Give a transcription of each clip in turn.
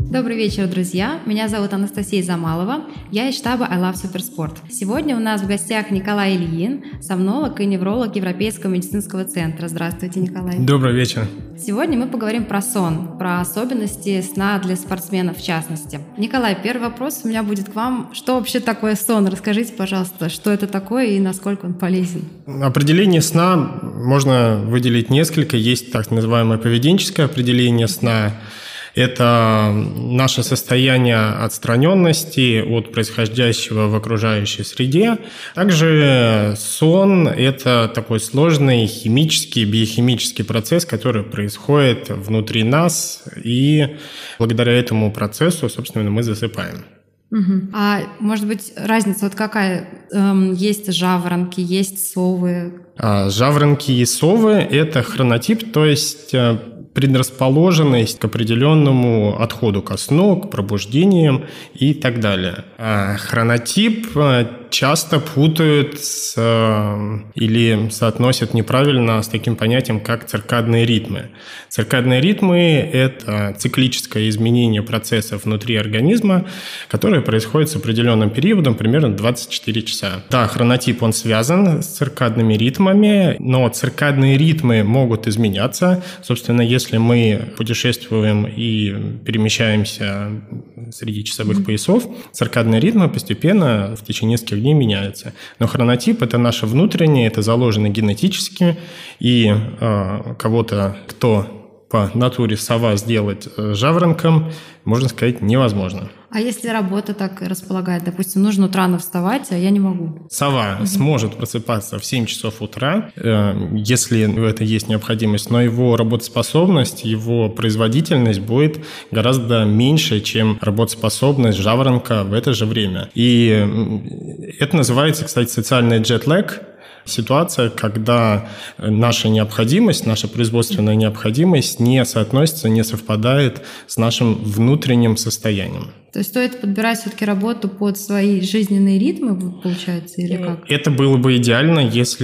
Добрый вечер, друзья. Меня зовут Анастасия Замалова. Я из штаба I Love Суперспорт. Сегодня у нас в гостях Николай Ильин, сомнолог и невролог Европейского медицинского центра. Здравствуйте, Николай. Добрый вечер. Сегодня мы поговорим про сон, про особенности сна для спортсменов в частности. Николай, первый вопрос у меня будет к вам. Что вообще такое сон? Расскажите, пожалуйста, что это такое и насколько он полезен? Определение сна можно выделить несколько. Есть так называемое поведенческое определение сна. Это наше состояние отстраненности от происходящего в окружающей среде. Также сон – это такой сложный химический, биохимический процесс, который происходит внутри нас, и благодаря этому процессу, собственно, мы засыпаем. А может быть, разница вот какая? Есть жаворонки, есть совы? Жаворонки и совы – это хронотип, то есть предрасположенность к определенному отходу ко сну, к пробуждениям и так далее. Хронотип часто путают или соотносят неправильно с таким понятием, как циркадные ритмы. Циркадные ритмы – это циклическое изменение процессов внутри организма, которое происходит с определенным периодом, примерно 24 часа. Да, хронотип, он связан с циркадными ритмами, но циркадные ритмы могут изменяться. Собственно, если мы путешествуем и перемещаемся среди часовых поясов, циркадные ритмы постепенно в течение нескольких дней меняются. Но хронотип – это наше внутреннее, это заложено генетически, и кого-то, кто по натуре сова сделать жаворонком, можно сказать, невозможно. А если работа так располагает, допустим, нужно рано вставать, а я не могу? Сова сможет просыпаться в 7 часов утра, если в этом есть необходимость, но его работоспособность, его производительность будет гораздо меньше, чем работоспособность жаворонка в это же время. И это называется, кстати, социальный джетлэг. Ситуация, когда наша необходимость, наша производственная необходимость не соотносится, не совпадает с нашим внутренним состоянием. То есть стоит подбирать все-таки работу под свои жизненные ритмы, получается, или как? Это было бы идеально,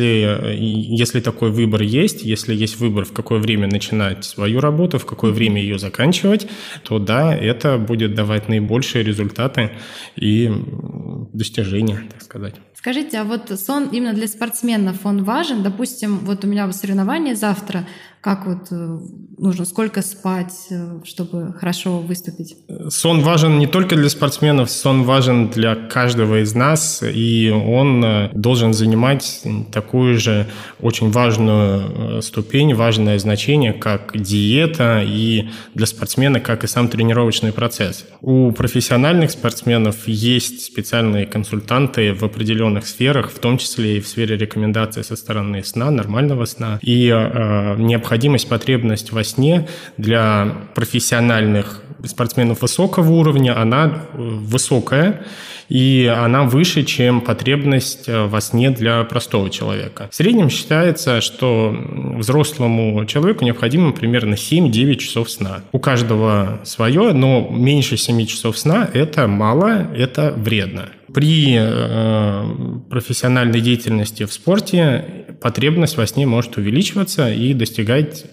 если такой выбор есть, если есть выбор, в какое время начинать свою работу, в какое время ее заканчивать, то да, это будет давать наибольшие результаты и достижения, так сказать. Скажите, а вот сон именно для спортсменов, он важен? Допустим, вот у меня соревнование завтра, как вот нужно, сколько спать, чтобы хорошо выступить? Сон важен не только для спортсменов, сон важен для каждого из нас, и он должен занимать такую же очень важную ступень, важное значение, как диета, и для спортсмена, как и сам тренировочный процесс. У профессиональных спортсменов есть специальные консультанты в определенных сферах, в том числе и в сфере рекомендаций со стороны сна, нормального сна, и необходимость, потребность во сне для профессиональных спортсменов высокого уровня, она высокая, и она выше, чем потребность во сне для простого человека. В среднем считается, что взрослому человеку необходимо примерно 7-9 часов сна. У каждого свое, но меньше 7 часов сна – это мало, это вредно. При профессиональной деятельности в спорте потребность во сне может увеличиваться и достигать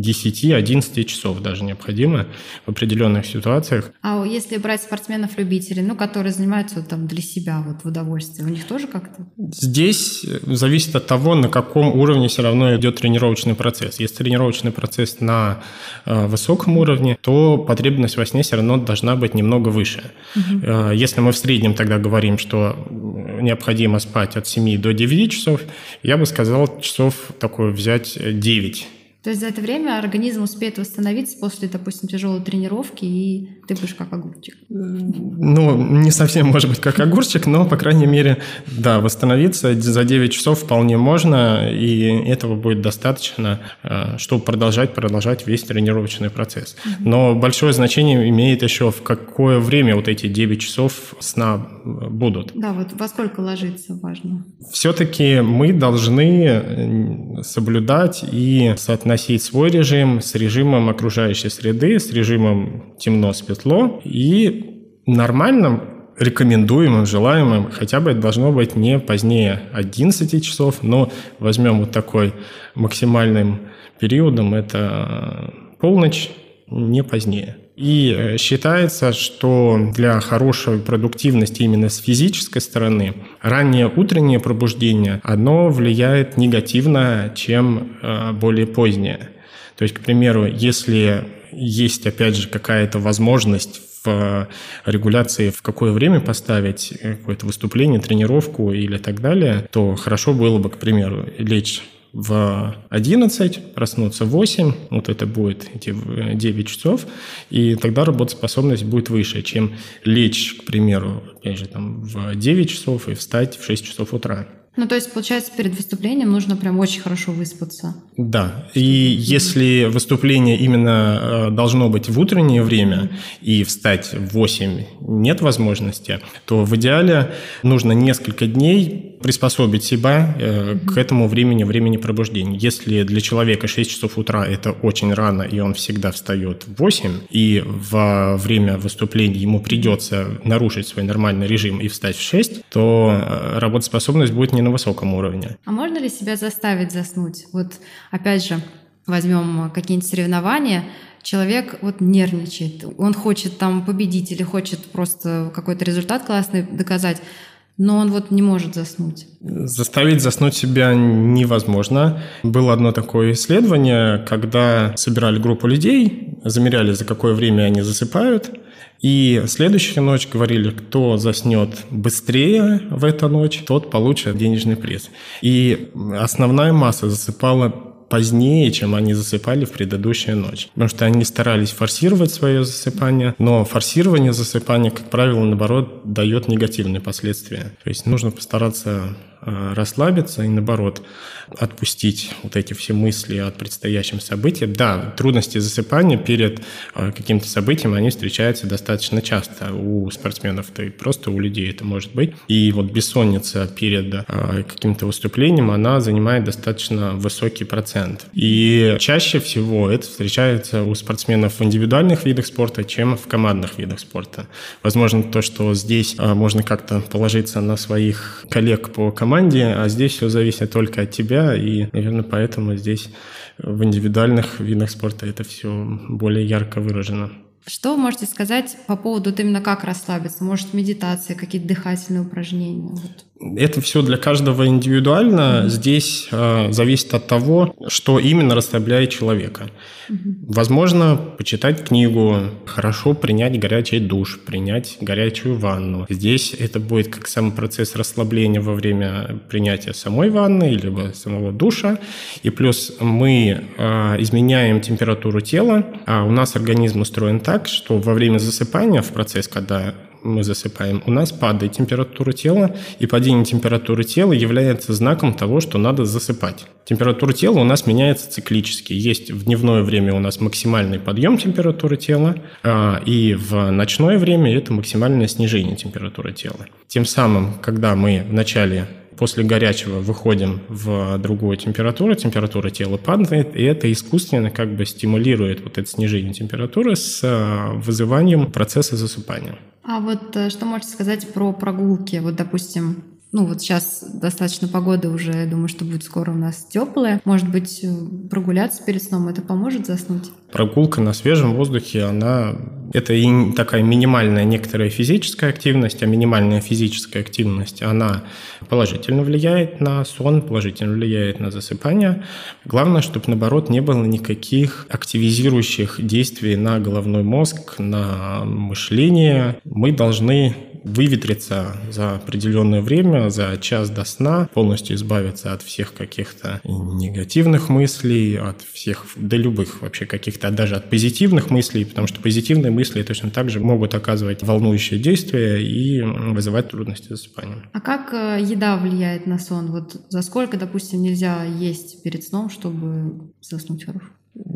10-11 часов даже необходимо в определенных ситуациях. А если брать спортсменов-любителей, которые занимаются там для себя, в удовольствие, у них тоже как-то? Здесь зависит от того, на каком уровне все равно идет тренировочный процесс. Если тренировочный процесс на высоком уровне, то потребность во сне все равно должна быть немного выше. Если мы в среднем тогда говорим, что необходимо спать от 7 до 9 часов, я бы сказал, часов такое взять 9. То есть за это время организм успеет восстановиться после, допустим, тяжелой тренировки, и ты будешь как огурчик? Не совсем, может быть, как огурчик, но, по крайней мере, да, восстановиться за 9 часов вполне можно, и этого будет достаточно, чтобы продолжать весь тренировочный процесс. Но большое значение имеет еще, в какое время вот эти 9 часов сна будут. Да, во сколько ложиться важно. Все-таки мы должны соблюдать и соотносить свой режим с режимом окружающей среды, с режимом темно-светло, и нормальным, рекомендуемым, желаемым, хотя бы это должно быть не позднее 11 часов, но возьмем вот такой максимальным периодом, это полночь, не позднее. И считается, что для хорошей продуктивности именно с физической стороны раннее утреннее пробуждение, оно влияет негативно, чем более позднее. То есть, к примеру, если есть, опять же, какая-то возможность в регуляции, в какое время поставить какое-то выступление, тренировку или так далее, то хорошо было бы, к примеру, лечь в 11, проснуться в 8, вот это будет эти 9 часов, и тогда работоспособность будет выше, чем лечь, к примеру, опять же, там, в 9 часов и встать в 6 часов утра. Ну, то есть, получается, перед выступлением нужно прям очень хорошо выспаться. Да, и если выступление именно должно быть в утреннее время, и встать в 8 нет возможности, то в идеале нужно несколько дней приспособить себя к этому времени пробуждения. Если для человека 6 часов утра – это очень рано, и он всегда встает в 8, и во время выступления ему придется нарушить свой нормальный режим и встать в 6, то работоспособность будет не на высоком уровне. А можно ли себя заставить заснуть? Вот опять же, возьмем какие-нибудь соревнования, человек вот нервничает, он хочет там победить или хочет просто какой-то результат классный доказать, но он вот не может заснуть. Заставить заснуть себя невозможно. Было одно такое исследование, когда собирали группу людей, замеряли, за какое время они засыпают, и следующую ночь говорили, кто заснет быстрее в эту ночь, тот получит денежный приз. И основная масса засыпала позднее, чем они засыпали в предыдущую ночь. Потому что они старались форсировать свое засыпание, но форсирование засыпания, как правило, наоборот, дает негативные последствия. То есть нужно постараться расслабиться и, наоборот, отпустить вот эти все мысли о предстоящем событии. Да, трудности засыпания перед каким-то событием, они встречаются достаточно часто у спортсменов, да и просто у людей это может быть. И вот бессонница перед каким-то выступлением, она занимает достаточно высокий процент. И чаще всего это встречается у спортсменов в индивидуальных видах спорта, чем в командных видах спорта. Возможно, то, что здесь можно как-то положиться на своих коллег по команде, а здесь все зависит только от тебя, и, наверное, поэтому здесь в индивидуальных видах спорта это все более ярко выражено. Что вы можете сказать по поводу вот именно как расслабиться? Может, медитация, какие-то дыхательные упражнения? Это все для каждого индивидуально. Здесь зависит от того, что именно расслабляет человека. Возможно, почитать книгу, хорошо принять горячий душ, принять горячую ванну. Здесь это будет как сам процесс расслабления во время принятия самой ванны либо самого душа. И плюс мы изменяем температуру тела. А у нас организм устроен так, что во время засыпания, в процесс, когда мы засыпаем, у нас падает температура тела, и падение температуры тела является знаком того, что надо засыпать. Температура тела у нас меняется циклически. Есть в дневное время у нас максимальный подъем температуры тела, и в ночное время это максимальное снижение температуры тела. Тем самым, когда мы вначале после горячего выходим в другую температуру, температура тела падает, и это искусственно как бы стимулирует вот это снижение температуры с вызыванием процесса засыпания. А вот что можете сказать про прогулки? Вот, допустим, вот сейчас достаточно погода уже, я думаю, что будет скоро у нас теплая. Может быть, прогуляться перед сном, это поможет заснуть? Прогулка на свежем воздухе, это и такая минимальная некоторая физическая активность, а минимальная физическая активность, она положительно влияет на сон, положительно влияет на засыпание. Главное, чтобы, наоборот, не было никаких активизирующих действий на головной мозг, на мышление. Мы должны выветриться за определенное время, за час до сна, полностью избавиться от всех каких-то негативных мыслей, от всех, да любых вообще каких-то, даже от позитивных мыслей, потому что позитивные мысли точно так же могут оказывать волнующее действие и вызывать трудности с засыпанием. А как еда влияет на сон? Вот за сколько, допустим, нельзя есть перед сном, чтобы заснуть хорошо?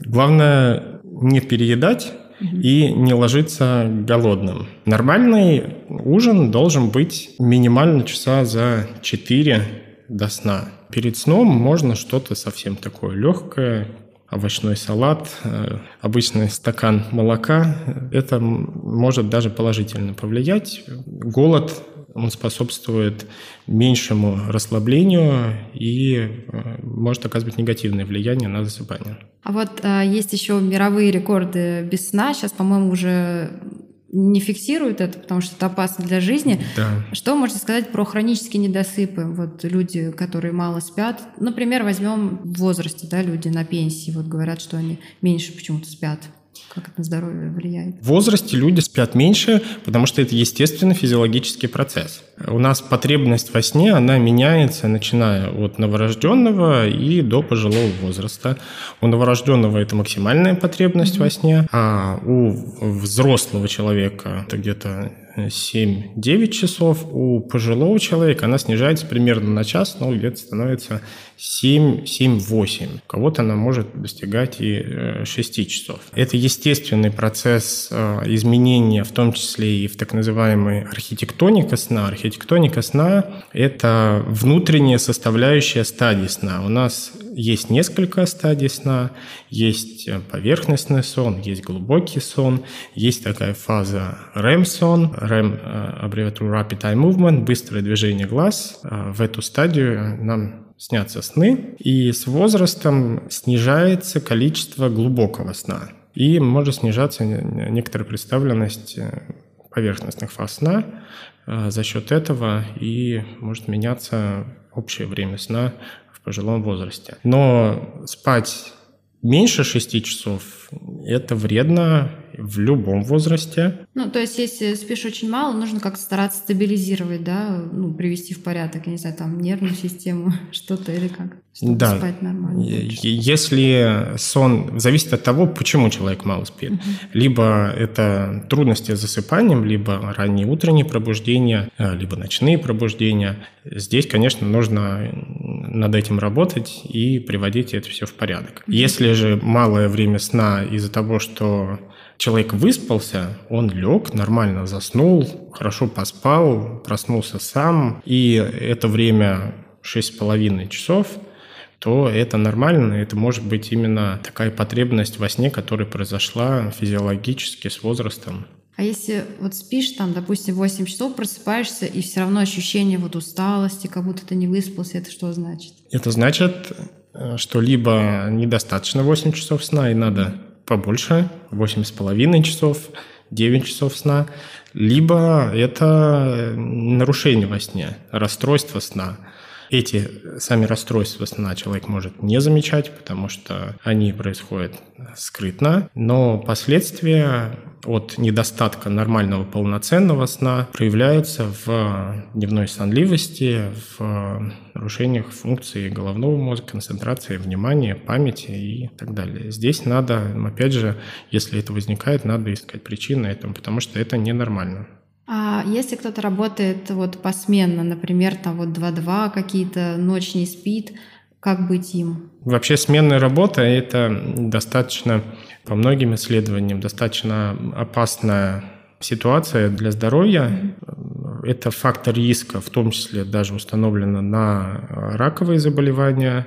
Главное не переедать и не ложиться голодным. Нормальный ужин должен быть минимально часа за 4 до сна. Перед сном можно что-то совсем такое легкое, овощной салат, обычный стакан молока. Это может даже положительно повлиять. Голод он способствует меньшему расслаблению и может оказывать негативное влияние на засыпание. А вот есть еще мировые рекорды без сна. Сейчас, по-моему, уже не фиксируют это, потому что это опасно для жизни. Да. Что можете сказать про хронические недосыпы? Вот люди, которые мало спят. Например, возьмем в возрасте, да, люди на пенсии, вот говорят, что они меньше почему-то спят. Как это на здоровье влияет? В возрасте люди спят меньше, потому что это естественный физиологический процесс. У нас потребность во сне, она меняется, начиная от новорожденного и до пожилого возраста. У новорожденного это максимальная потребность во сне, а у взрослого человека это где-то 7-9 часов, у пожилого человека она снижается примерно на час, но где-то становится 7-8. У кого-то она может достигать и 6 часов. Это естественный процесс изменения, в том числе и в так называемой архитектонике сна. Архитектоника сна – это внутренняя составляющая стадий сна. У нас есть несколько стадий сна. Есть поверхностный сон, есть глубокий сон, есть такая фаза REM-сон. REM – аббревиатура Rapid Eye Movement, быстрое движение глаз. В эту стадию нам снятся сны, и с возрастом снижается количество глубокого сна. И может снижаться некоторая представленность поверхностных фаз сна за счет этого, и может меняться общее время сна в пожилом возрасте. Но спать меньше 6 часов – это вредно в любом возрасте. Ну, то есть, если спишь очень мало, нужно как-то стараться стабилизировать, да, ну, привести в порядок, я не знаю, там, нервную систему, что-то или как, чтобы да. спать нормально. Если сон зависит от того, почему человек мало спит. Либо это трудности с засыпанием, либо ранние утренние пробуждения, либо ночные пробуждения. Здесь, конечно, нужно над этим работать и приводить это все в порядок. Если же малое время сна из-за того, что человек выспался, он лег, нормально заснул, хорошо поспал, проснулся сам, и это время 6,5 часов, то это нормально, это может быть именно такая потребность во сне, которая произошла физиологически с возрастом. А если вот спишь там, допустим, 8 часов, просыпаешься, и все равно ощущение вот усталости, как будто ты не выспался, это что значит? Это значит, что либо недостаточно 8 часов сна, и надо побольше, 8,5 часов, 9 часов сна, либо это нарушение во сне, расстройство сна. Эти сами расстройства сна человек может не замечать, потому что они происходят скрытно, но последствия от недостатка нормального полноценного сна проявляются в дневной сонливости, в нарушениях функций головного мозга, концентрации, внимания, памяти и так далее. Здесь надо, опять же, если это возникает, надо искать причины этому, потому что это ненормально. А если кто-то работает вот посменно, например, там вот 2-2 какие-то, ночь не спит, как быть им? Вообще сменная работа – это достаточно, по многим исследованиям, достаточно опасная ситуация для здоровья. Это фактор риска, в том числе даже установлено на раковые заболевания,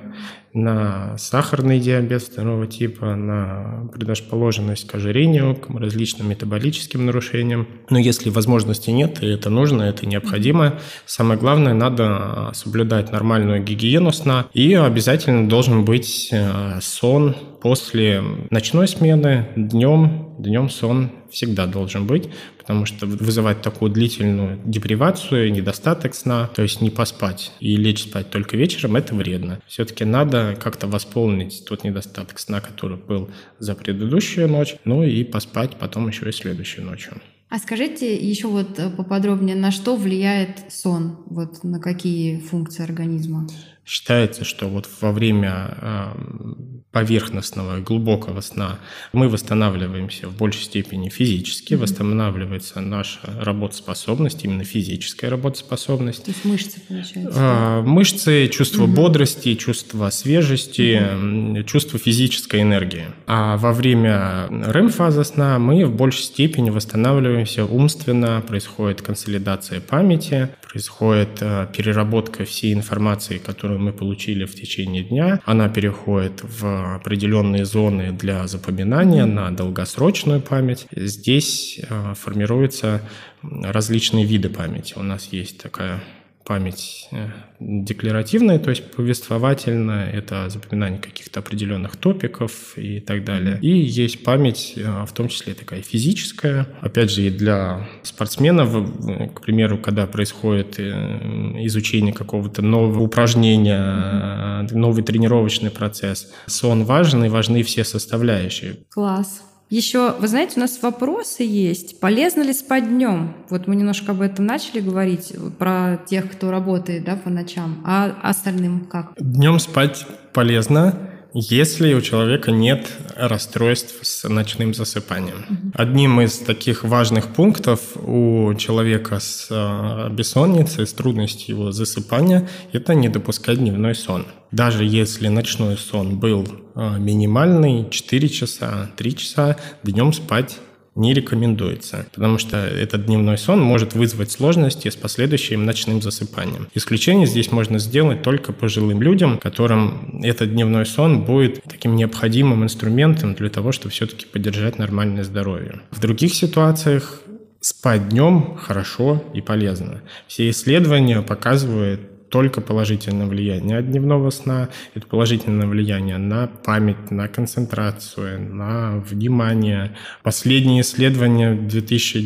на сахарный диабет второго типа, на предрасположенность к ожирению, к различным метаболическим нарушениям. Но если возможности нет, и это нужно, это необходимо, самое главное, надо соблюдать нормальную гигиену сна, и обязательно должен быть сон после ночной смены, днем сон всегда должен быть, потому что вызывать такую длительную депривацию, недостаток сна, то есть не поспать и лечь спать только вечером, это вредно. Все-таки надо как-то восполнить тот недостаток сна, который был за предыдущую ночь, ну и поспать потом еще и следующей ночью. А скажите еще вот поподробнее, на что влияет сон, вот на какие функции организма? Считается, что вот во время поверхностного глубокого сна мы восстанавливаемся в большей степени физически, восстанавливается наша работоспособность, именно физическая работоспособность. То есть мышцы, получается? Мышцы, чувство бодрости, чувство свежести, чувство физической энергии. А во время REM-фазы сна мы в большей степени восстанавливаемся умственно, происходит консолидация памяти, происходит переработка всей информации, которую мы получили в течение дня. Она переходит в в определенные зоны для запоминания, на долгосрочную память. Здесь формируются различные виды памяти. У нас есть такая память декларативная, то есть повествовательная, это запоминание каких-то определенных топиков и так далее. И есть память, в том числе такая физическая. Опять же, и для спортсменов, к примеру, когда происходит изучение какого-то нового упражнения, новый тренировочный процесс, сон важен, и важны все составляющие. Класс. Еще, вы знаете, у нас вопросы есть. Полезно ли спать днем? Вот мы немножко об этом начали говорить, про тех, кто работает, да, по ночам. А остальным как? Днем спать полезно, если у человека нет расстройств с ночным засыпанием. Одним из таких важных пунктов у человека с бессонницей, с трудностью его засыпания, это не допускать дневной сон. Даже если ночной сон был минимальный, 4 часа, 3 часа, днем спать не рекомендуется, потому что этот дневной сон может вызвать сложности с последующим ночным засыпанием. Исключение здесь можно сделать только пожилым людям, которым этот дневной сон будет таким необходимым инструментом для того, чтобы все-таки поддержать нормальное здоровье. В других ситуациях спать днем хорошо и полезно. Все исследования показывают только положительное влияние от дневного сна. Это положительное влияние на память, на концентрацию, на внимание. Последнее исследование в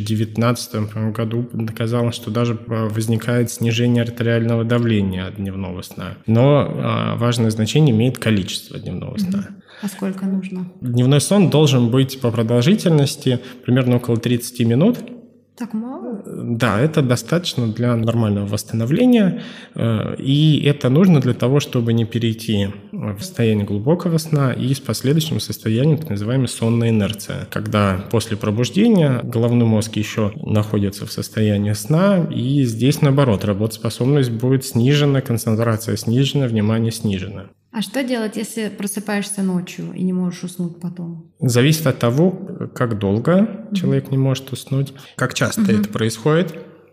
2019 году доказало, что даже возникает снижение артериального давления от дневного сна. Но важное значение имеет количество дневного сна. А сколько нужно? Дневной сон должен быть по продолжительности примерно около 30 минут. Так мало? Да, это достаточно для нормального восстановления, и это нужно для того, чтобы не перейти в состояние глубокого сна и с последующим состоянием, так называемой сонной инерции, когда после пробуждения головной мозг еще находится в состоянии сна, и здесь, наоборот, работоспособность будет снижена, концентрация снижена, внимание снижено. А что делать, если просыпаешься ночью и не можешь уснуть потом? Зависит от того, как долго человек не может уснуть, как часто это происходит.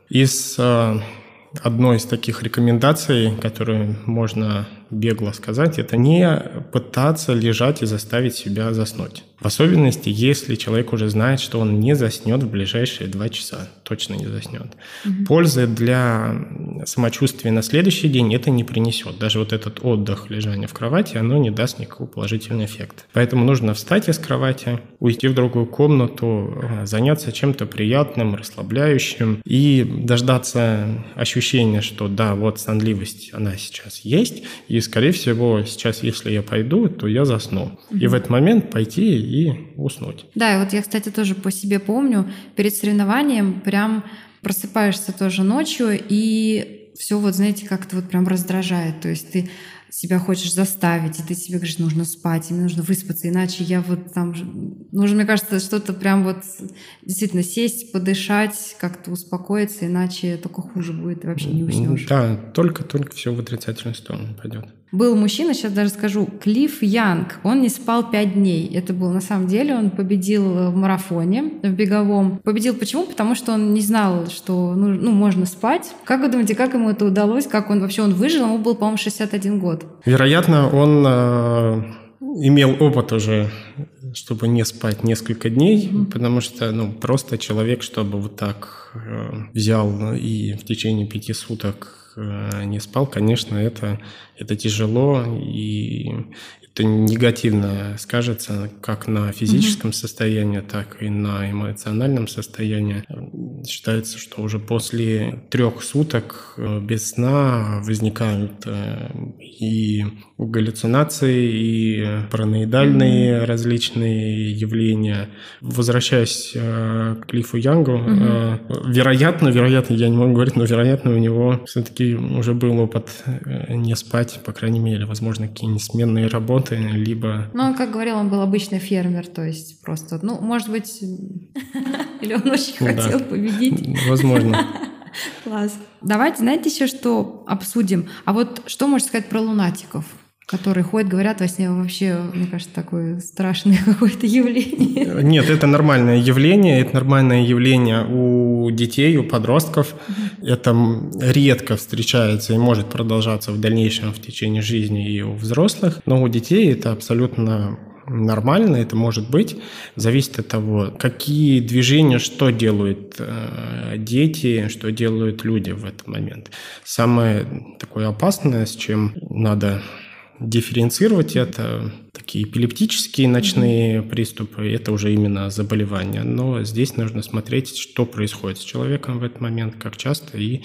Одной из таких рекомендаций, которую можно бегло сказать, это не пытаться лежать и заставить себя заснуть. В особенности, если человек уже знает, что он не заснет в ближайшие 2 часа, точно не заснет. Пользы для самочувствия на следующий день это не принесет. Даже вот этот отдых, лежание в кровати, оно не даст никакого положительного эффекта. Поэтому нужно встать из кровати, уйти в другую комнату, заняться чем-то приятным, расслабляющим и дождаться ощущения, что да, вот сонливость, она сейчас есть, и, скорее всего, сейчас, если я пойду, то я засну. И в этот момент пойти и уснуть. Да, и вот я, кстати, тоже по себе помню, перед соревнованием прям просыпаешься тоже ночью, и все вот, знаете, как-то вот прям раздражает. То есть ты себя хочешь заставить, и ты себе говоришь, нужно спать, и мне нужно выспаться, иначе я вот там... Нужно, мне кажется, что-то прям вот действительно сесть, подышать, как-то успокоиться, иначе только хуже будет, и вообще не уснешь. Да, только все в отрицательную сторону пойдет. Был мужчина, сейчас даже скажу, Клифф Янг, он не спал 5 дней. Это был на самом деле, он победил в марафоне, в беговом. Победил почему? Потому что он не знал, что можно спать. Как вы думаете, как ему это удалось? Как он вообще выжил? Ему был, по-моему, 61 год. Вероятно, он имел опыт уже, чтобы не спать несколько дней, потому что просто человек, чтобы вот так взял и в течение 5 суток не спал, конечно, это тяжело, и это негативно скажется как на физическом состоянии, так и на эмоциональном состоянии. Считается, что уже после 3 суток без сна возникают и галлюцинации, и параноидальные различные явления. Возвращаясь к Клиффу Янгу, вероятно, я не могу говорить, но вероятно у него все-таки уже был опыт не спать, по крайней мере, возможно, какие-нибудь сменные работы, либо... Ну, как говорил, он был обычный фермер, то есть просто, может быть, или он очень хотел победить. Возможно. Класс. Давайте, знаете, еще что обсудим? А вот что можно сказать про лунатиков? Которые ходят, говорят во сне, вообще, мне кажется, такое страшное какое-то явление. Нет, это нормальное явление у детей, у подростков. Это редко встречается и может продолжаться в дальнейшем в течение жизни и у взрослых, но у детей это абсолютно нормально, это может быть. Зависит от того, какие движения, что делают дети, что делают люди в этот момент. Самое такое опасное, с чем надо дифференцировать, это такие эпилептические ночные приступы, это уже именно заболевание. Но здесь нужно смотреть, что происходит с человеком в этот момент, как часто. И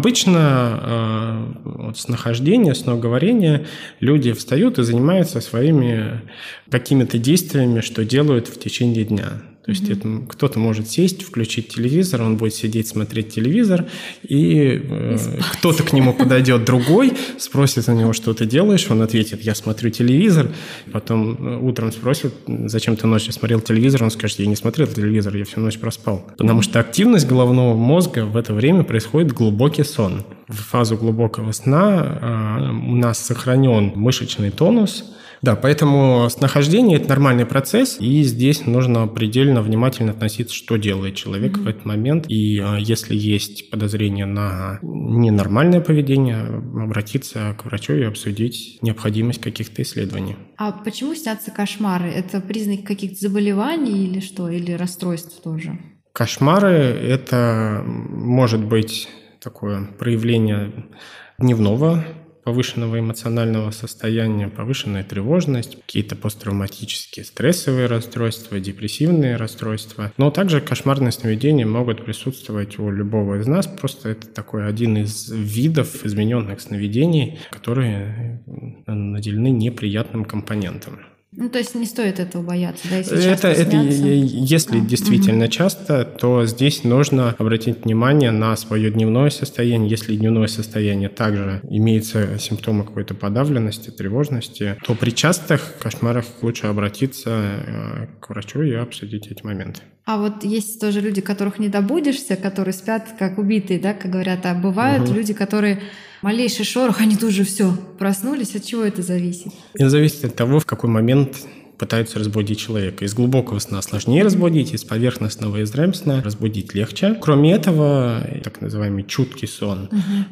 обычно сновидение, сновговорение, люди встают и занимаются своими какими-то действиями, что делают в течение дня. То есть кто-то может сесть, включить телевизор, он будет сидеть, смотреть телевизор, и кто-то к нему подойдет другой, спросит у него, что ты делаешь, он ответит, я смотрю телевизор, потом утром спросит, зачем ты ночью смотрел телевизор, он скажет, я не смотрел телевизор, я всю ночь проспал. Потому что активность головного мозга в это время происходит глубокий сон. В фазу глубокого сна у нас сохранен мышечный тонус. Да, поэтому сновидение – это нормальный процесс, и здесь нужно предельно внимательно относиться, что делает человек в этот момент. И если есть подозрение на ненормальное поведение, обратиться к врачу и обсудить необходимость каких-то исследований. А почему снятся кошмары? Это признак каких-то заболеваний или что? Или расстройств тоже? Кошмары – это может быть такое проявление дневного повышенного эмоционального состояния, повышенная тревожность, какие-то посттравматические стрессовые расстройства, депрессивные расстройства. Но также кошмарные сновидения могут присутствовать у любого из нас. Просто это такой один из видов измененных сновидений, которые наделены неприятным компонентом. Ну, то есть не стоит этого бояться, да, если если действительно часто, то здесь нужно обратить внимание на свое дневное состояние. Если дневное состояние также имеется симптомы какой-то подавленности, тревожности, то при частых кошмарах лучше обратиться к врачу и обсудить эти моменты. А вот есть тоже люди, которых не добудешься, которые спят как убитые, да, как говорят, а бывают люди, которые малейший шорох, они тут же все проснулись. От чего это зависит? Это зависит от того, в какой момент пытаются разбудить человека. Из глубокого сна сложнее разбудить, из поверхностного, из REM-сна разбудить легче. Кроме этого, так называемый чуткий сон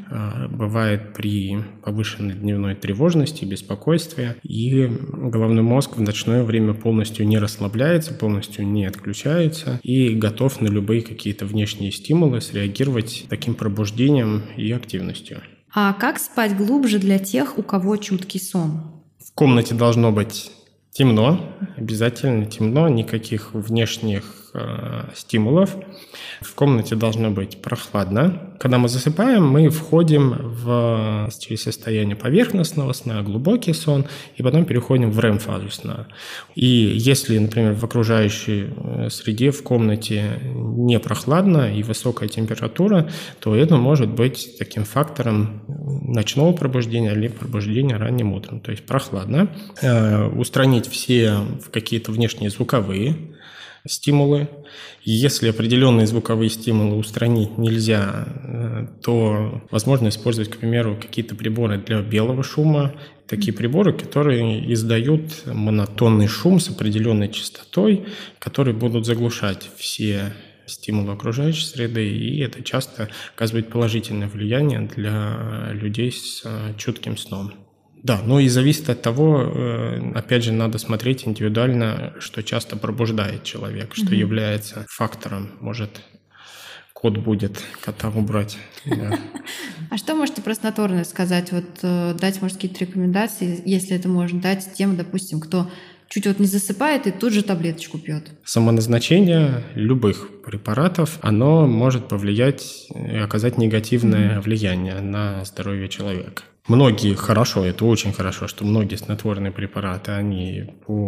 бывает при повышенной дневной тревожности, беспокойстве, и головной мозг в ночное время полностью не расслабляется, полностью не отключается и готов на любые какие-то внешние стимулы среагировать таким пробуждением и активностью. А как спать глубже для тех, у кого чуткий сон? В комнате должно быть темно, обязательно темно, никаких внешних стимулов. В комнате должно быть прохладно. Когда мы засыпаем, мы входим через состояние поверхностного сна, глубокий сон, и потом переходим в REM-фазу сна. И если, например, в окружающей среде в комнате не прохладно и высокая температура, то это может быть таким фактором ночного пробуждения или пробуждения ранним утром. То есть прохладно. Устранить все какие-то внешние звуковые стимулы. Если определенные звуковые стимулы устранить нельзя, то возможно использовать, к примеру, какие-то приборы для белого шума. Такие приборы, которые издают монотонный шум с определенной частотой, которые будут заглушать все стимулы окружающей среды, и это часто оказывает положительное влияние для людей с чутким сном. Да, ну и зависит от того, опять же, надо смотреть индивидуально, что часто пробуждает человека, что является фактором. Может, кот будет кота убрать. Да. А что можете про снотворное сказать? Вот дать, может, какие-то рекомендации, если это можно дать тем, допустим, кто чуть вот не засыпает и тут же таблеточку пьет. Самоназначение любых препаратов, оно может повлиять и оказать негативное влияние на здоровье человека. Многие хорошо, это очень хорошо, что многие снотворные препараты, они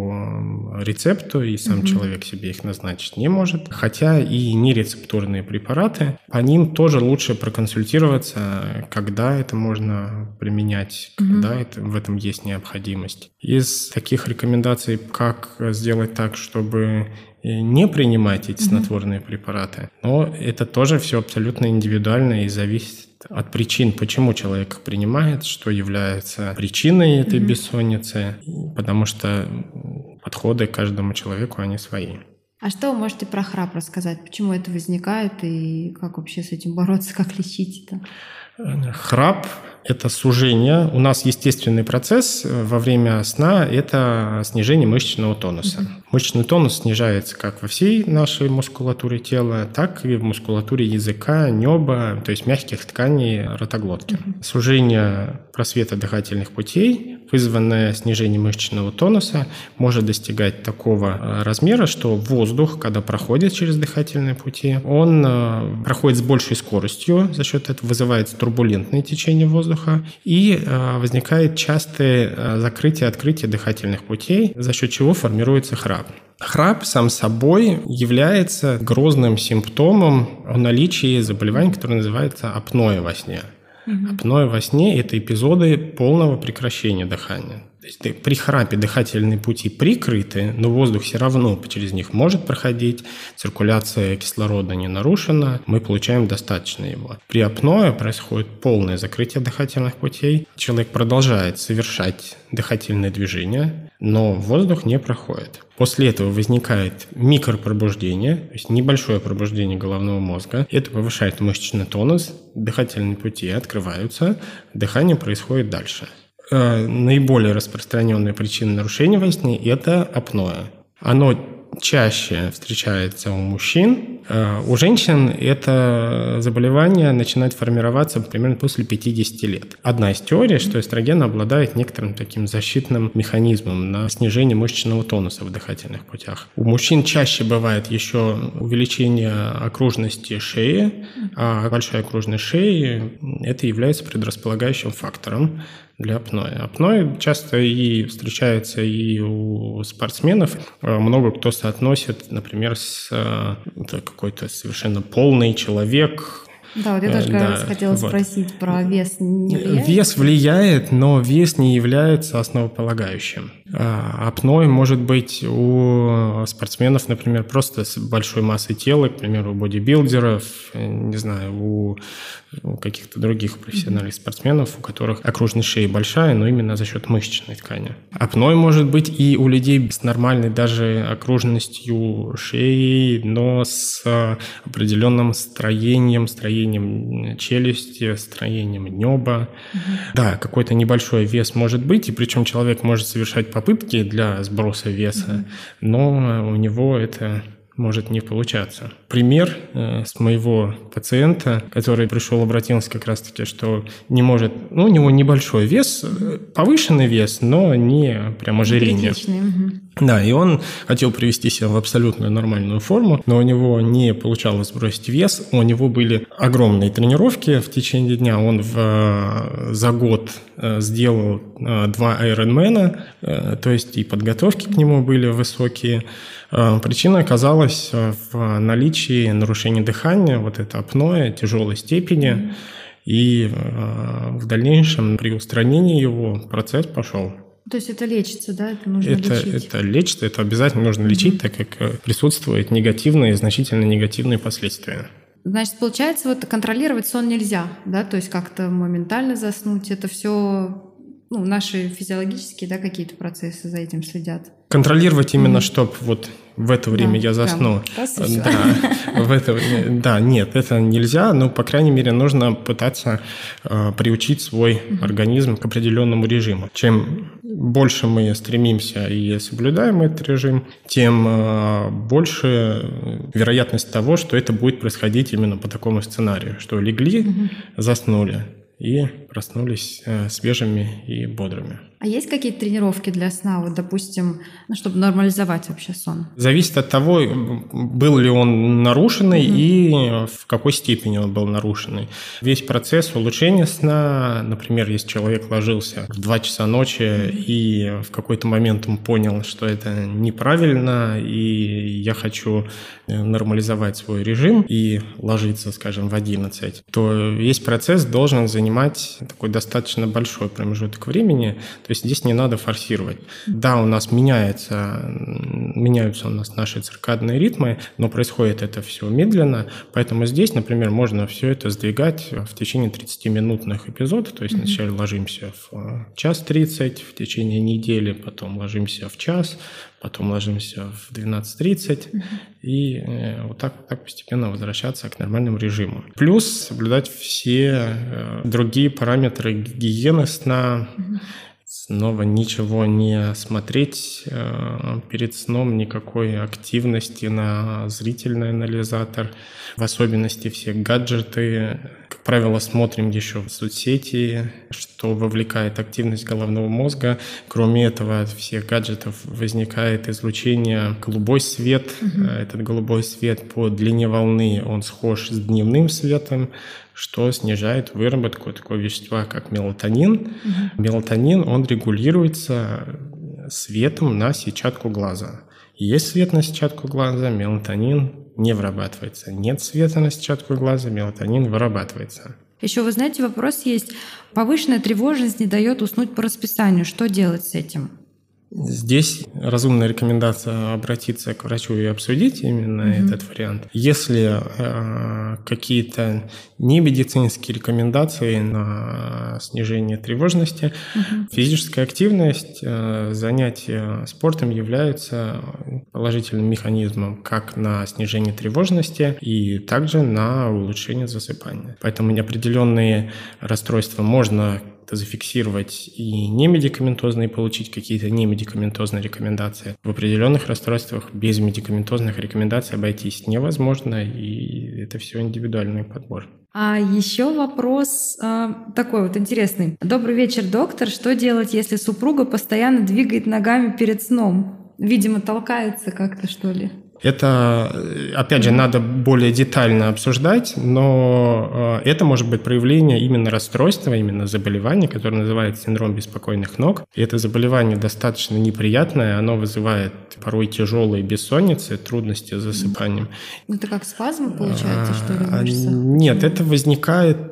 по рецепту, и сам человек себе их назначить не может. Хотя и нерецептурные препараты, по ним тоже лучше проконсультироваться, когда это можно применять, когда в этом есть необходимость. Из таких рекомендаций, как сделать так, чтобы не принимать эти снотворные препараты. Но это тоже все абсолютно индивидуально и зависит от причин, почему человек их принимает, что является причиной этой бессонницы, потому что подходы к каждому человеку, они свои. А что вы можете про храп рассказать? Почему это возникает и как вообще с этим бороться, как лечить это? Храп – это сужение. У нас естественный процесс во время сна – это снижение мышечного тонуса. Мышечный тонус снижается как во всей нашей мускулатуре тела, так и в мускулатуре языка, неба, то есть мягких тканей ротоглотки. Сужение просвета дыхательных путей, вызванное снижением мышечного тонуса, может достигать такого размера, что воздух, когда проходит через дыхательные пути, он проходит с большей скоростью, за счет этого вызывается турбулентное течение воздуха, и возникает частое закрытие-открытие дыхательных путей, за счет чего формируется храп. Храп сам собой является грозным симптомом о наличии заболевания, которое называется апноэ во сне. Апноэ во сне – это эпизоды полного прекращения дыхания. То есть при храпе дыхательные пути прикрыты, но воздух все равно через них может проходить, циркуляция кислорода не нарушена, мы получаем достаточно его. При апноэ происходит полное закрытие дыхательных путей, человек продолжает совершать дыхательные движения, но воздух не проходит. После этого возникает микропробуждение, то есть небольшое пробуждение головного мозга. Это повышает мышечный тонус, дыхательные пути открываются, дыхание происходит дальше. Наиболее распространенная причина нарушения во сне – это апноэ. Оно чаще встречается у мужчин. У женщин это заболевание начинает формироваться примерно после 50 лет. Одна из теорий, что эстроген обладает некоторым таким защитным механизмом на снижение мышечного тонуса в дыхательных путях. У мужчин чаще бывает еще увеличение окружности шеи, а большая окружность шеи – это является предрасполагающим фактором для апноэ. Апноэ часто и встречается и у спортсменов. Много кто соотносит, например, с какой-то совершенно полный человек. Да, вот я тоже как раз хотела спросить про вес. Не влияет? Вес влияет, но вес не является основополагающим. Апноэ может быть у спортсменов, например, просто с большой массой тела, к примеру, у бодибилдеров, не знаю, у каких-то других профессиональных спортсменов, у которых окружность шеи большая, но именно за счет мышечной ткани. Апноэ может быть и у людей с нормальной даже окружностью шеи, но с определенным строением челюсти, строением неба. Да, какой-то небольшой вес может быть, и причем человек может совершать попытки для сброса веса, но у него это может не получаться. Пример с моего пациента, который пришел, обратился как раз-таки, что не может, у него небольшой вес, повышенный вес, но не прям ожирение. Да, и он хотел привести себя в абсолютную нормальную форму, но у него не получалось сбросить вес, у него были огромные тренировки в течение дня, он за год сделал 2 Ironman, то есть и подготовки к нему были высокие. Причина оказалась в наличии нарушения дыхания, вот это апноэ тяжелой степени, и в дальнейшем при устранении его процесс пошел. То есть это лечится, да? Это нужно лечить? Это лечится, это обязательно нужно лечить, так как присутствуют негативные, значительно негативные последствия. Значит, получается, вот контролировать сон нельзя, да? То есть как-то моментально заснуть, это все наши физиологические, да, какие-то процессы за этим следят. Контролировать именно, чтобы вот в это время я засну. Нет, это нельзя, но, по крайней мере, нужно пытаться приучить свой организм к определенному режиму. Чем больше мы стремимся и соблюдаем этот режим, тем больше вероятность того, что это будет происходить именно по такому сценарию, что легли, заснули и проснулись свежими и бодрыми. А есть какие-то тренировки для сна, вот, допустим, чтобы нормализовать вообще сон? Зависит от того, был ли он нарушенный и в какой степени он был нарушенный. Весь процесс улучшения сна, например, если человек ложился в 2 часа ночи и в какой-то момент он понял, что это неправильно, и я хочу нормализовать свой режим и ложиться, скажем, в 11, то весь процесс должен занимать такой достаточно большой промежуток времени. То есть здесь не надо форсировать. Да, у нас меняются у нас наши циркадные ритмы, но происходит это все медленно, поэтому здесь, например, можно все это сдвигать в течение 30-минутных эпизодов, то есть вначале ложимся в 1:30, в течение недели, потом ложимся в час, потом ложимся в 12:30 и вот так постепенно возвращаться к нормальному режиму. Плюс соблюдать все другие параметры гигиены сна, снова ничего не смотреть перед сном, никакой активности на зрительный анализатор, в особенности все гаджеты. Как правило, смотрим еще в соцсети, что вовлекает активность головного мозга. Кроме этого, от всех гаджетов возникает излучение голубой свет. Этот голубой свет по длине волны, он схож с дневным светом, что снижает выработку такого вещества, как мелатонин. Мелатонин, он регулируется светом на сетчатку глаза. Есть свет на сетчатку глаза, мелатонин не вырабатывается. Нет света на сетчатку глаза, мелатонин вырабатывается. Еще, вы знаете, вопрос есть. Повышенная тревожность не дает уснуть по расписанию. Что делать с этим? Здесь разумная рекомендация обратиться к врачу и обсудить именно этот вариант. Если какие-то немедицинские рекомендации на снижение тревожности, физическая активность, занятия спортом являются положительным механизмом как на снижение тревожности и также на улучшение засыпания. Поэтому определенные расстройства можно зафиксировать и немедикаментозные, получить какие-то немедикаментозные рекомендации. В определенных расстройствах без медикаментозных рекомендаций обойтись невозможно, и это все индивидуальный подбор. А еще вопрос такой вот интересный. Добрый вечер, доктор. Что делать, если супруга постоянно двигает ногами перед сном? Видимо, толкается как-то, что ли? Это, опять же, надо более детально обсуждать, но это может быть проявление именно расстройства, именно заболевания, которое называется синдром беспокойных ног. И это заболевание достаточно неприятное, оно вызывает порой тяжелые бессонницы, трудности с засыпанием. Это как спазмы, получается, что ли, мышца? Нет, это возникает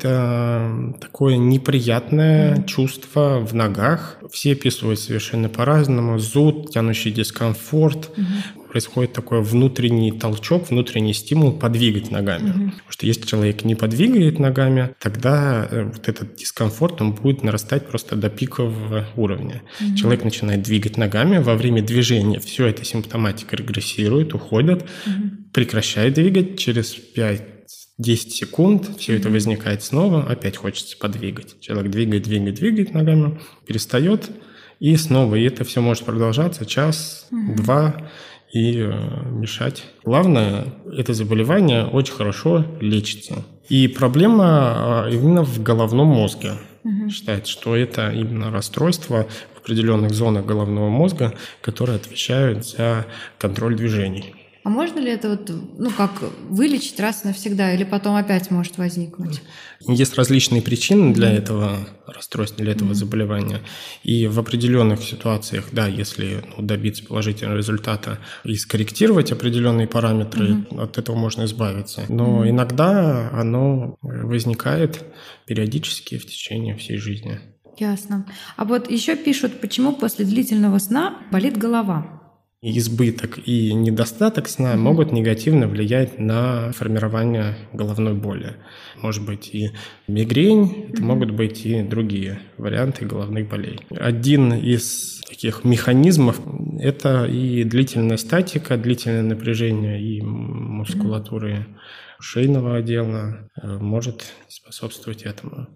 такое неприятное чувство в ногах. Все описывают совершенно по-разному. Зуд, тянущий дискомфорт. Происходит такой внутренний толчок, внутренний стимул подвигать ногами. Потому что если человек не подвигает ногами, тогда вот этот дискомфорт, он будет нарастать просто до пикового уровня. Человек начинает двигать ногами, во время движения все эта симптоматика регрессирует, уходит, прекращает двигать, через 5-10 секунд все это возникает снова, опять хочется подвигать. Человек двигает ногами, перестает, и снова. И это все может продолжаться час-два, и мешать. Главное, это заболевание очень хорошо лечится. И проблема именно в головном мозге. Считается, что это именно расстройство в определенных зонах головного мозга, которые отвечают за контроль движений. А можно ли это вылечить раз и навсегда, или потом опять может возникнуть? Есть различные причины для этого расстройства, для этого заболевания. И в определенных ситуациях, да, если добиться положительного результата и скорректировать определенные параметры, от этого можно избавиться. Но иногда оно возникает периодически в течение всей жизни. Ясно. А вот еще пишут, почему после длительного сна болит голова? Избыток и недостаток сна могут негативно влиять на формирование головной боли. Может быть и мигрень, это могут быть и другие варианты головных болей. Один из таких механизмов – это и длительная статика, длительное напряжение и мускулатуры шейного отдела может способствовать этому.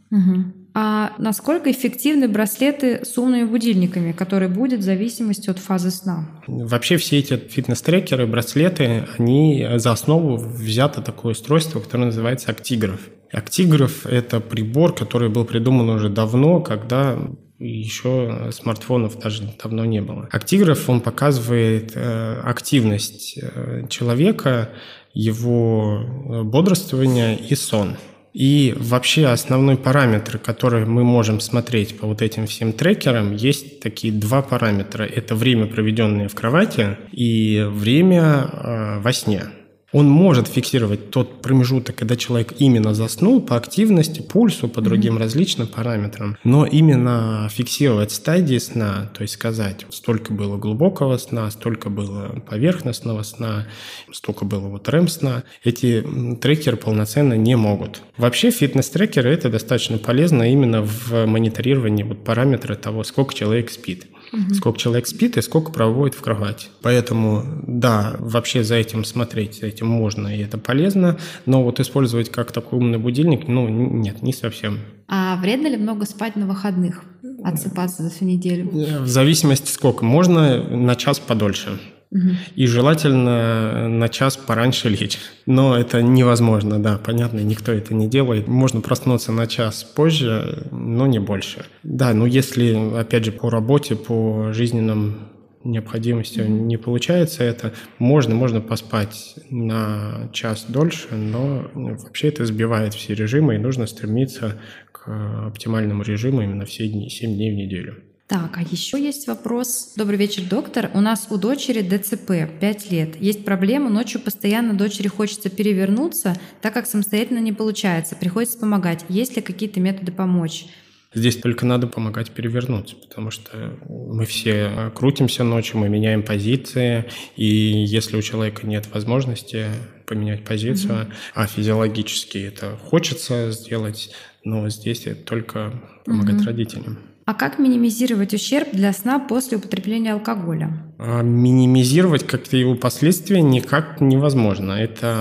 А насколько эффективны браслеты с умными будильниками, которые будут в зависимости от фазы сна? Вообще все эти фитнес-трекеры, браслеты, они за основу взято такое устройство, которое называется актиграф. Актиграф – это прибор, который был придуман уже давно, когда еще смартфонов даже давно не было. Актиграф, он показывает активность человека, его бодрствование и сон. И вообще основной параметр, который мы можем смотреть по вот этим всем трекерам, есть такие два параметра. Это время, проведенное в кровати, и время во сне. Он может фиксировать тот промежуток, когда человек именно заснул по активности, пульсу, по другим различным параметрам, но именно фиксировать стадии сна, то есть сказать, столько было глубокого сна, столько было поверхностного сна, столько было вот REM-сна, эти трекеры полноценно не могут. Вообще фитнес-трекеры – это достаточно полезно именно в мониторировании вот параметра того, сколько человек спит. Сколько человек спит и сколько проводит в кровати. Поэтому, да, вообще за этим смотреть, за этим можно, и это полезно, но вот использовать как такой умный будильник, нет, не совсем. А вредно ли много спать на выходных? Отсыпаться за всю неделю? В зависимости сколько. Можно на час подольше. И желательно на час пораньше лечь. Но это невозможно, да, понятно, никто это не делает. Можно проснуться на час позже, но не больше. Да, если, опять же, по работе, по жизненным необходимостям не получается это, можно поспать на час дольше, но вообще это сбивает все режимы, и нужно стремиться к оптимальному режиму именно все 7 дней в неделю. Так, а еще есть вопрос. Добрый вечер, доктор. У нас у дочери ДЦП, 5 лет. Есть проблема, ночью постоянно дочери хочется перевернуться, так как самостоятельно не получается, приходится помогать. Есть ли какие-то методы помочь? Здесь только надо помогать перевернуться, потому что мы все крутимся ночью, мы меняем позиции, и если у человека нет возможности поменять позицию, а физиологически это хочется сделать, но здесь это только помогать родителям. А как минимизировать ущерб для сна после употребления алкоголя? Минимизировать как-то его последствия никак невозможно.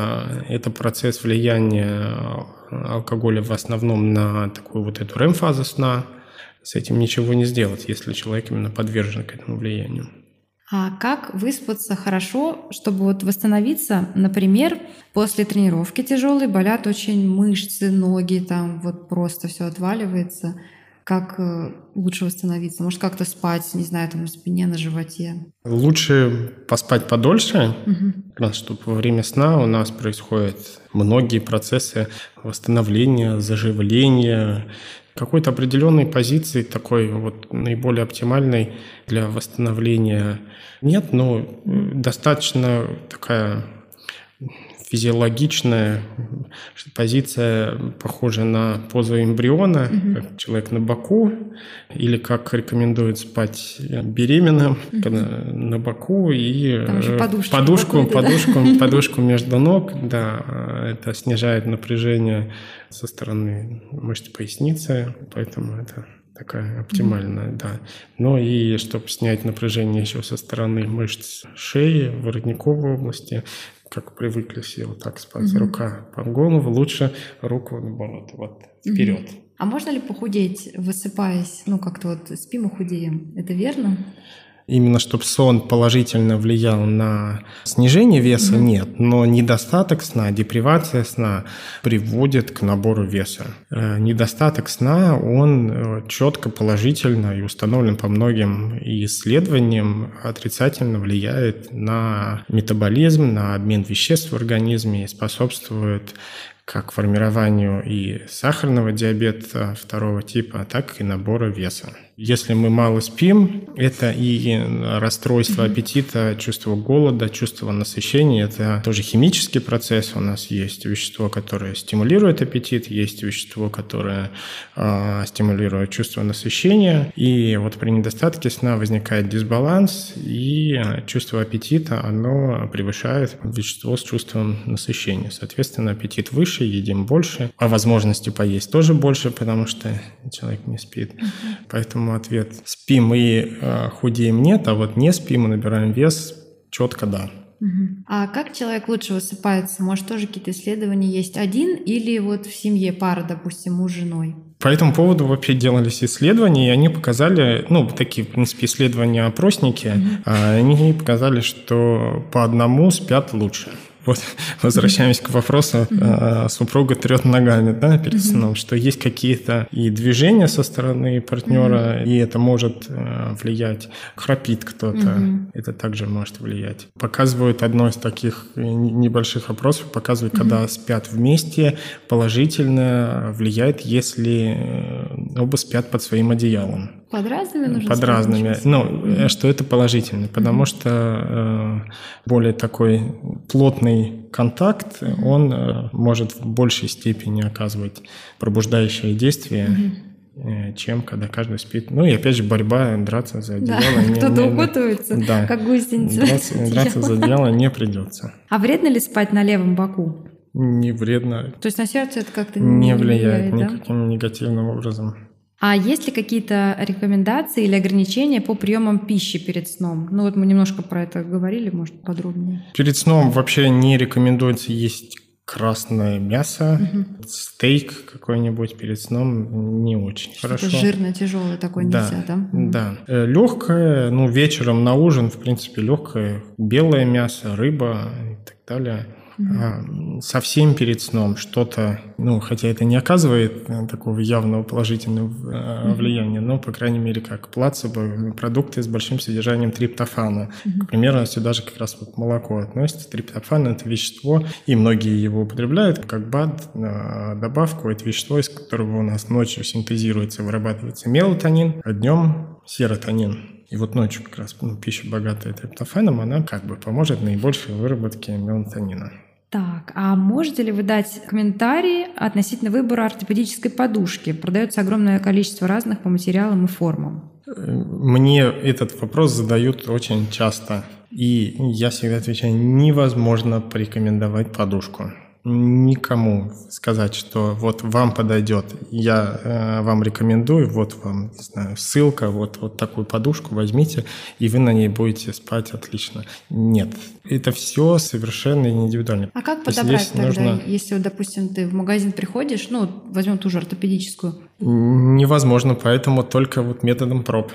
Это процесс влияния алкоголя в основном на такую вот эту REM-фазу сна. С этим ничего не сделать, если человек именно подвержен к этому влиянию. А как выспаться хорошо, чтобы вот восстановиться? Например, после тренировки тяжелой болят очень мышцы, ноги, там вот просто все отваливается. Как лучше восстановиться? Может, как-то спать, не знаю, там на спине, на животе? Лучше поспать подольше, чтобы во время сна у нас происходят многие процессы восстановления, заживления, какой-то определенной позиции, такой вот наиболее оптимальной для восстановления нет, но достаточно такая физиологичная позиция, похожа на позу эмбриона, как человек на боку, или как рекомендуют спать беременным, когда на боку, и подушку между ног. Да, это снижает напряжение со стороны мышц поясницы, поэтому это такая оптимальная, да. Но и чтобы снять напряжение еще со стороны мышц шеи, воротниковой области, как привыкли все вот так спать, рука под голову, лучше руку наоборот, вот вперед. А можно ли похудеть, высыпаясь, как-то вот спим и худеем? Это верно? Именно чтобы сон положительно влиял на снижение веса, нет. Но недостаток сна, депривация сна приводит к набору веса. Недостаток сна, он четко положительно и установлен по многим исследованиям, отрицательно влияет на метаболизм, на обмен веществ в организме и способствует как формированию и сахарного диабета второго типа, так и набора веса. Если мы мало спим, это и расстройство аппетита, чувство голода, чувство насыщения. Это тоже химический процесс. У нас есть вещество, которое стимулирует аппетит, есть вещество, которое стимулирует чувство насыщения. И вот при недостатке сна возникает дисбаланс, и чувство аппетита, оно превышает вещество с чувством насыщения. Соответственно, аппетит выше, едим больше, а возможности поесть тоже больше, потому что человек не спит. Поэтому ответ: спим и худеем нет, а вот не спим и набираем вес четко да. А как человек лучше высыпается? Может, тоже какие-то исследования есть? Один или вот в семье пара, допустим, муж с женой? По этому поводу вообще делались исследования, и они показали, такие, в принципе, исследования-опросники, они показали, что по одному спят лучше. Вот возвращаемся к вопросу, супруга трет ногами, да, перед сном, что есть какие-то и движения со стороны партнера, и это может влиять. Храпит кто-то, это также может влиять. Показывают одно из таких небольших опросов, показывают, когда спят вместе, положительно влияет, если оба спят под своим одеялом. Под разными нужно Под разными. Что это положительно, потому что более такой плотный личный контакт, он может в большей степени оказывать пробуждающее действие, чем когда каждый спит. Ну и опять же борьба, драться за одеяло. Кто-то укутывается, как гусеница. Драться за одеяло не придется. А вредно ли спать на левом боку? Не вредно. То есть на сердце это как-то не влияет да? никаким негативным образом. А есть ли какие-то рекомендации или ограничения по приемам пищи перед сном? Ну вот мы немножко про это говорили, может, подробнее. Перед сном вообще не рекомендуется есть красное мясо, стейк какой-нибудь перед сном не очень Что-то хорошо. жирное, тяжелое такое нельзя, да? Да. Легкое, вечером на ужин, в принципе, легкое, белое мясо, рыба и так далее. Совсем перед сном что-то, хотя это не оказывает такого явного положительного влияния, но, по крайней мере, как плацебо, продукты с большим содержанием триптофана. К примеру, сюда же как раз молоко относится. Триптофан – это вещество, и многие его употребляют как БАД, добавку. Это вещество, из которого у нас ночью синтезируется, вырабатывается мелатонин, а днем серотонин. И вот ночью как раз пища, богатая триптофаном, она поможет наибольшей выработке мелатонина. Так, а можете ли вы дать комментарии относительно выбора ортопедической подушки? Продается огромное количество разных по материалам и формам. Мне этот вопрос задают очень часто, и я всегда отвечаю: невозможно порекомендовать подушку. Никому сказать, что вот вам подойдет, я вам рекомендую, вот вам, не знаю, ссылка, вот такую подушку возьмите, и вы на ней будете спать отлично. Нет, это все совершенно индивидуально. А как подобрать тогда, если, допустим, ты в магазин приходишь, возьмем ту же ортопедическую? Невозможно, поэтому только методом проб.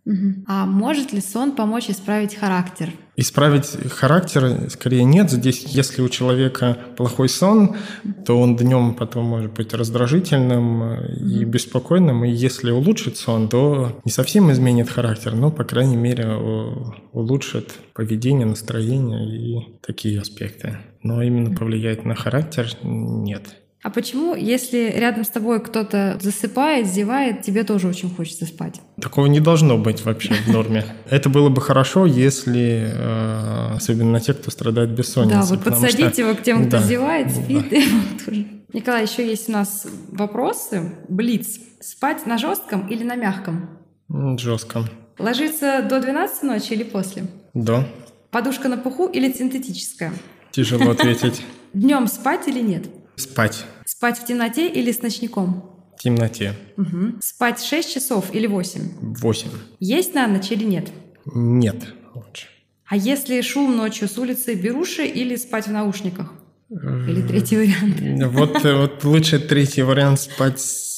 А может ли сон помочь исправить характер? Исправить характер скорее нет. Здесь, если у человека плохой сон, то он днем потом может быть раздражительным и беспокойным. И если улучшит сон, то не совсем изменит характер, но, по крайней мере, улучшит поведение, настроение и такие аспекты. Но именно повлияет на характер — нет. А почему, если рядом с тобой кто-то засыпает, зевает, тебе тоже очень хочется спать? Такого не должно быть вообще в норме. Это было бы хорошо, если, особенно на тех, кто страдает бессонницей. Да, подсадить его к тем, кто зевает, спит. И тоже. Николай, еще есть у нас вопросы. Блиц. Спать на жестком или на мягком? Жестком. Ложиться до 12 ночи или после? До. Подушка на пуху или синтетическая? Тяжело ответить. Днем спать или нет? Спать. Спать в темноте или с ночником? В темноте. Спать 6 часов или 8? 8. Есть на ночь или нет? Нет. Лучше. А если шум ночью с улицы, беруши или спать в наушниках? Или третий вариант? Вот лучше третий вариант — спать с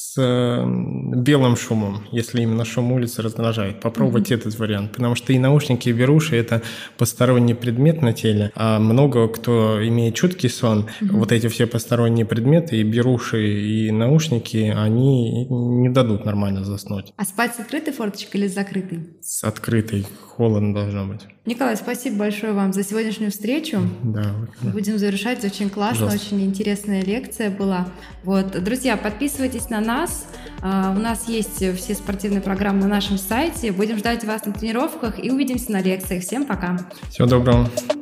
белым шумом, если именно шум улицы раздражает. Попробовать этот вариант, потому что и наушники, и беруши — это посторонний предмет на теле, а много кто имеет чуткий сон, вот эти все посторонние предметы, и беруши, и наушники, они не дадут нормально заснуть. А спать с открытой форточкой или с закрытой? С открытой, холодно должно быть. Николай, спасибо большое вам за сегодняшнюю встречу. Да. Будем завершать. Очень классно, очень интересная лекция была. Друзья, подписывайтесь на нас. У нас есть все спортивные программы на нашем сайте. Будем ждать вас на тренировках и увидимся на лекциях. Всем пока. Всего доброго.